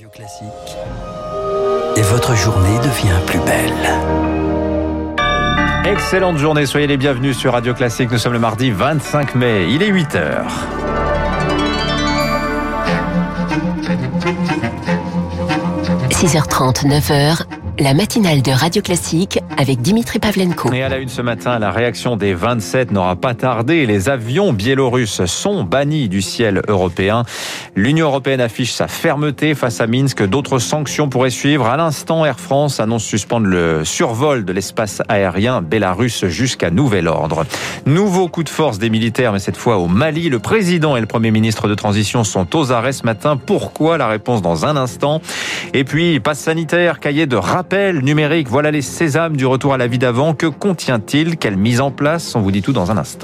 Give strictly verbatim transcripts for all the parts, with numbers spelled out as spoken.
Radio Classique. Et votre journée devient plus belle. Excellente journée, soyez les bienvenus sur Radio Classique. Nous sommes le mardi vingt-cinq mai, il est huit heures. six heures trente, neuf heures, la matinale de Radio Classique avec Dimitri Pavlenko. Et à la une ce matin, la réaction des vingt-sept n'aura pas tardé. Les avions biélorusses sont bannis du ciel européen. L'Union européenne affiche sa fermeté face à Minsk. D'autres sanctions pourraient suivre. À l'instant, Air France annonce suspendre le survol de l'espace aérien bélarusse jusqu'à nouvel ordre. Nouveau coup de force des militaires, mais cette fois au Mali. Le président et le premier ministre de transition sont aux arrêts ce matin. Pourquoi ? La réponse dans un instant. Et puis, passe sanitaire, cahier de rappel numérique. Voilà les sésames du retour à la vie d'avant. Que contient-il ? Quelle mise en place ? On vous dit tout dans un instant.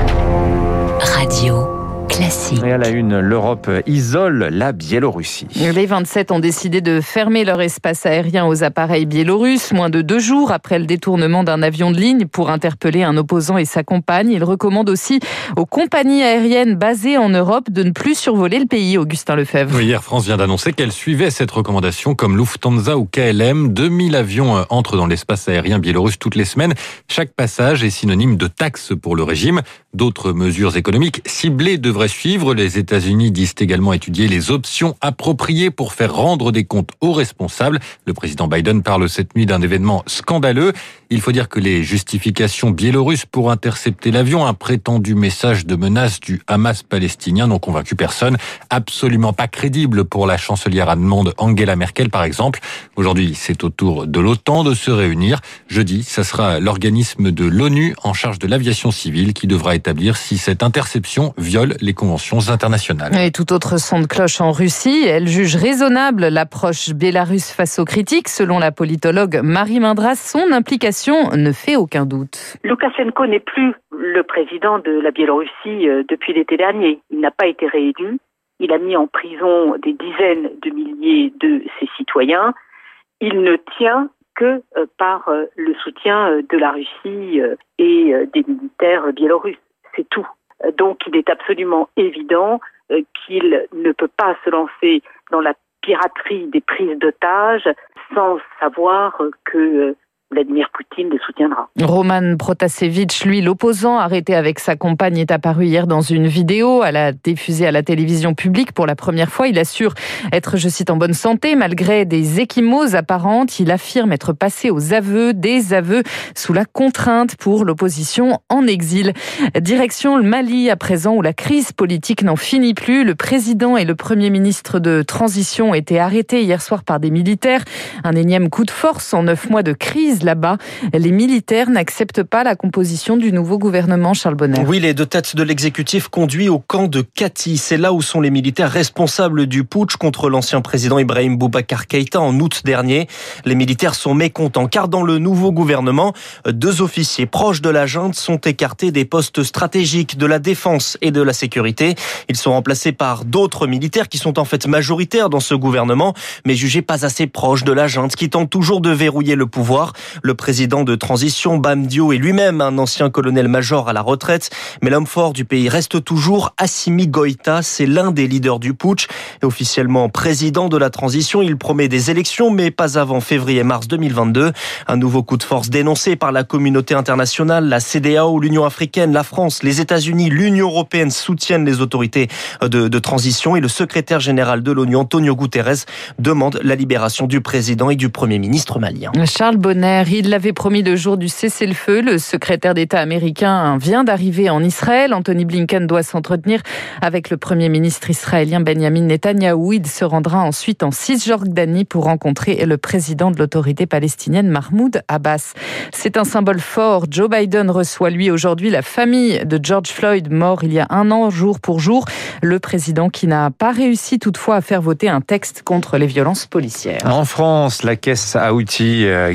Radio Classique. Et à la une, l'Europe isole la Biélorussie. Les vingt-sept ont décidé de fermer leur espace aérien aux appareils biélorusses, moins de deux jours après le détournement d'un avion de ligne pour interpeller un opposant et sa compagne. Ils recommandent aussi aux compagnies aériennes basées en Europe de ne plus survoler le pays. Augustin Lefebvre. Oui, Air France vient d'annoncer qu'elle suivait cette recommandation comme Lufthansa ou K L M. deux mille avions entrent dans l'espace aérien biélorusse toutes les semaines. Chaque passage est synonyme de taxe pour le régime. D'autres mesures économiques ciblées devraient suivre. Les États-Unis disent également étudier les options appropriées pour faire rendre des comptes aux responsables. Le président Biden parle cette nuit d'un événement scandaleux. Il faut dire que les justifications biélorusses pour intercepter l'avion, un prétendu message de menace du Hamas palestinien, n'ont convaincu personne. Absolument pas crédible pour la chancelière allemande Angela Merkel, par exemple. Aujourd'hui, c'est au tour de l'OTAN de se réunir. Jeudi, ça sera l'organisme de l'ONU en charge de l'aviation civile qui devra établir si cette interception viole les conventions internationales. Et tout autre son de cloche en Russie. Elle juge raisonnable l'approche bélarusse face aux critiques. Selon la politologue Marie Mindras, son implication ne fait aucun doute. Loukachenko n'est plus le président de la Biélorussie depuis l'été dernier. Il n'a pas été réélu. Il a mis en prison des dizaines de milliers de ses citoyens. Il ne tient que par le soutien de la Russie et des militaires biélorusses. C'est tout. Donc il est absolument évident qu'il ne peut pas se lancer dans la piraterie des prises d'otages sans savoir que Vladimir Poutine le soutiendra. Roman Protasevich, lui, l'opposant, arrêté avec sa compagne, est apparu hier dans une vidéo. Elle a diffusé à la télévision publique pour la première fois. Il assure être, je cite, en bonne santé, malgré des ecchymoses apparentes. Il affirme être passé aux aveux, des aveux sous la contrainte pour l'opposition en exil. Direction le Mali, à présent, où la crise politique n'en finit plus. Le président et le premier ministre de transition ont été arrêtés hier soir par des militaires. Un énième coup de force en neuf mois de crise. Là-bas, les militaires n'acceptent pas la composition du nouveau gouvernement. Charles Bonner. Oui, les deux têtes de l'exécutif conduits au camp de Kati. C'est là où sont les militaires responsables du putsch contre l'ancien président Ibrahim Boubacar Keïta en août dernier. Les militaires sont mécontents car dans le nouveau gouvernement, deux officiers proches de la junte sont écartés des postes stratégiques de la défense et de la sécurité. Ils sont remplacés par d'autres militaires qui sont en fait majoritaires dans ce gouvernement, mais jugés pas assez proches de la junte qui tente toujours de verrouiller le pouvoir. Le président de transition, Bam Diop, est lui-même un ancien colonel-major à la retraite. Mais l'homme fort du pays reste toujours Assimi Goïta. C'est l'un des leaders du putsch. Et officiellement président de la transition, il promet des élections, mais pas avant février-mars deux mille vingt-deux. Un nouveau coup de force dénoncé par la communauté internationale, la C E D E A O, l'Union africaine, la France, les États-Unis, l'Union européenne soutiennent les autorités de, de transition. Et le secrétaire général de l'ONU, Antonio Guterres, demande la libération du président et du premier ministre malien. Charles Bonner. Il l'avait promis le jour du cessez-le-feu. Le secrétaire d'État américain vient d'arriver en Israël. Anthony Blinken doit s'entretenir avec le premier ministre israélien Benjamin Netanyahou. Il se rendra ensuite en Cisjordanie pour rencontrer le président de l'autorité palestinienne Mahmoud Abbas. C'est un symbole fort. Joe Biden reçoit lui aujourd'hui la famille de George Floyd, mort il y a un an jour pour jour. Le président qui n'a pas réussi toutefois à faire voter un texte contre les violences policières. En France, la caisse à outils gagne un outil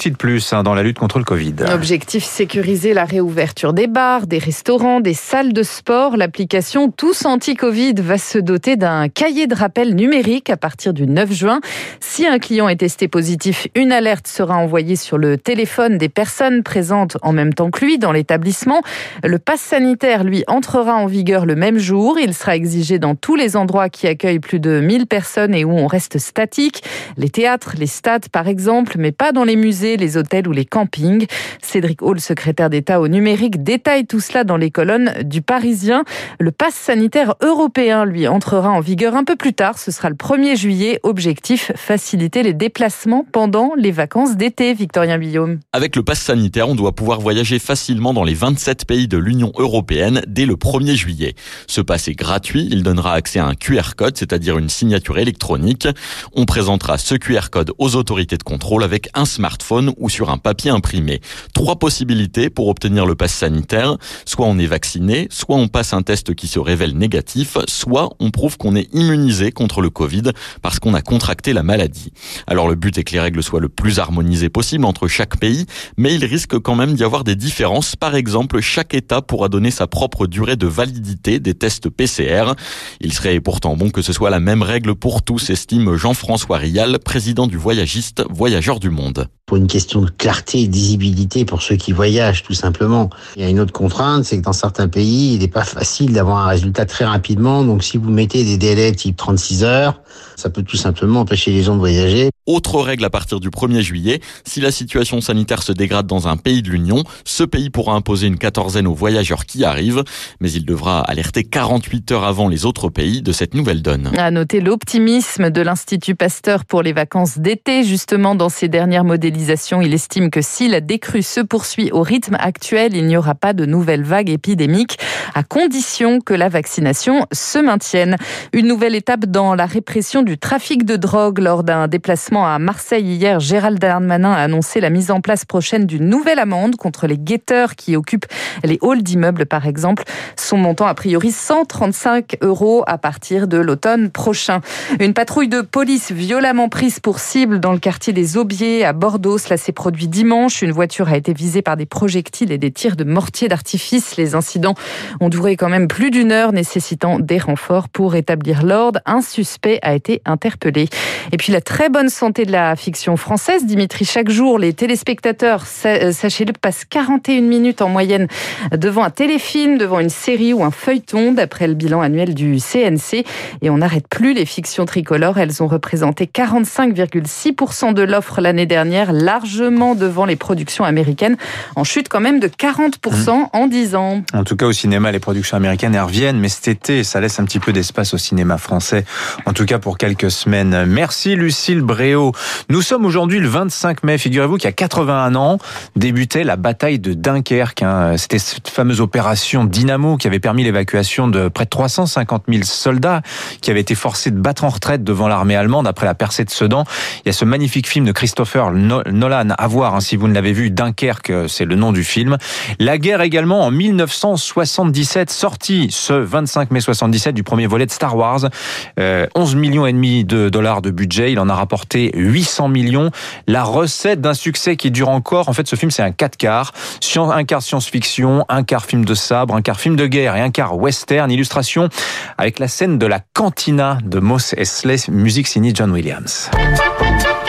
outil de plus hein, dans la lutte contre le Covid. Objectif, sécuriser la réouverture des bars, des restaurants, des salles de sport. L'application Tous Anti-Covid va se doter d'un cahier de rappel numérique à partir du neuf juin. Si un client est testé positif, une alerte sera envoyée sur le téléphone des personnes présentes en même temps que lui dans l'établissement. Le pass sanitaire, lui, entrera en vigueur le même jour. Il sera exigé dans tous les endroits qui accueillent plus de mille personnes et où on reste statique. Les théâtres, les stades par exemple, mais pas dans les musées, les hôtels ou les campings. Cédric Hall, secrétaire d'État au numérique, détaille tout cela dans les colonnes du Parisien. Le pass sanitaire européen, lui, entrera en vigueur un peu plus tard. Ce sera le premier juillet. Objectif, faciliter les déplacements pendant les vacances d'été. Victorien Guillaume. Avec le pass sanitaire, on doit pouvoir voyager facilement dans les vingt-sept pays de l'Union européenne dès le premier juillet. Ce pass est gratuit. Il donnera accès à un Q R code, c'est-à-dire une signature électronique. On présentera ce Q R code aux autorités de contrôle avec un smartphone ou sur un papier imprimé. Trois possibilités pour obtenir le pass sanitaire. Soit on est vacciné, soit on passe un test qui se révèle négatif, soit on prouve qu'on est immunisé contre le Covid parce qu'on a contracté la maladie. Alors le but est que les règles soient le plus harmonisées possible entre chaque pays, mais il risque quand même d'y avoir des différences. Par exemple, chaque État pourra donner sa propre durée de validité des tests P C R. Il serait pourtant bon que ce soit la même règle pour tous, estime Jean-François Rial, président du Voyagiste Voyageurs du Monde. Pour une question de clarté et de lisibilité pour ceux qui voyagent, tout simplement. Il y a une autre contrainte, c'est que dans certains pays, il n'est pas facile d'avoir un résultat très rapidement. Donc si vous mettez des délais type trente-six heures, ça peut tout simplement empêcher les gens de voyager. Autre règle à partir du premier juillet, si la situation sanitaire se dégrade dans un pays de l'Union, ce pays pourra imposer une quatorzaine aux voyageurs qui arrivent, mais il devra alerter quarante-huit heures avant les autres pays de cette nouvelle donne. À noter l'optimisme de l'Institut Pasteur pour les vacances d'été. Justement, dans ses dernières modélisations, il estime que si la décrue se poursuit au rythme actuel, il n'y aura pas de nouvelle vague épidémique, à condition que la vaccination se maintienne. Une nouvelle étape dans la répression du trafic de drogue. Lors d'un déplacement à Marseille hier, Gérald Darmanin a annoncé la mise en place prochaine d'une nouvelle amende contre les guetteurs qui occupent les halls d'immeubles, par exemple. Son montant, a priori, cent trente-cinq euros à partir de l'automne prochain. Une patrouille de police violemment prise pour cible dans le quartier des Aubiers à Bordeaux. Cela s'est produit dimanche. Une voiture a été visée par des projectiles et des tirs de mortier d'artifice. Les incidents ont duré quand même plus d'une heure, nécessitant des renforts pour rétablir l'ordre. Un suspect a été interpellé. Et puis la très bonne santé de la fiction française, Dimitri, chaque jour, les téléspectateurs, sachez-le, passent quarante et une minutes en moyenne devant un téléfilm, devant une série ou un feuilleton, d'après le bilan annuel du C N C. Et on n'arrête plus les fictions tricolores. Elles ont représenté quarante-cinq virgule six pour cent de l'offre l'année dernière, largement devant les productions américaines, en chute quand même de quarante pour cent mmh. en dix ans. En tout cas, au cinéma, les productions américaines, elles reviennent, mais cet été, ça laisse un petit peu d'espace au cinéma français, en tout cas pour quelques semaines. Merci Lucille Bréau. Nous sommes aujourd'hui le vingt-cinq mai. Figurez-vous qu'il y a quatre-vingt-un ans, débutait la bataille de Dunkerque. C'était cette fameuse opération Dynamo qui avait permis l'évacuation de près de trois cent cinquante mille soldats qui avaient été forcés de battre en retraite devant l'armée allemande après la percée de Sedan. Il y a ce magnifique film de Christopher Nolan à voir, hein, si vous ne l'avez vu. Dunkerque, c'est le nom du film. La guerre également en mille neuf cent soixante-dix-sept, sorti ce vingt-cinq mai soixante-dix-sept du premier volet de Star Wars. Euh, onze millions et demi de dollars de budget. Il en a rapporté huit cents millions. La recette d'un succès qui dure encore. En fait, ce film, c'est un quatre quarts. Un quart science-fiction, un quart film de sabre, un quart film de guerre et un quart western. Illustration avec la scène de la cantina de Mos Eisley. Musique signée John Williams.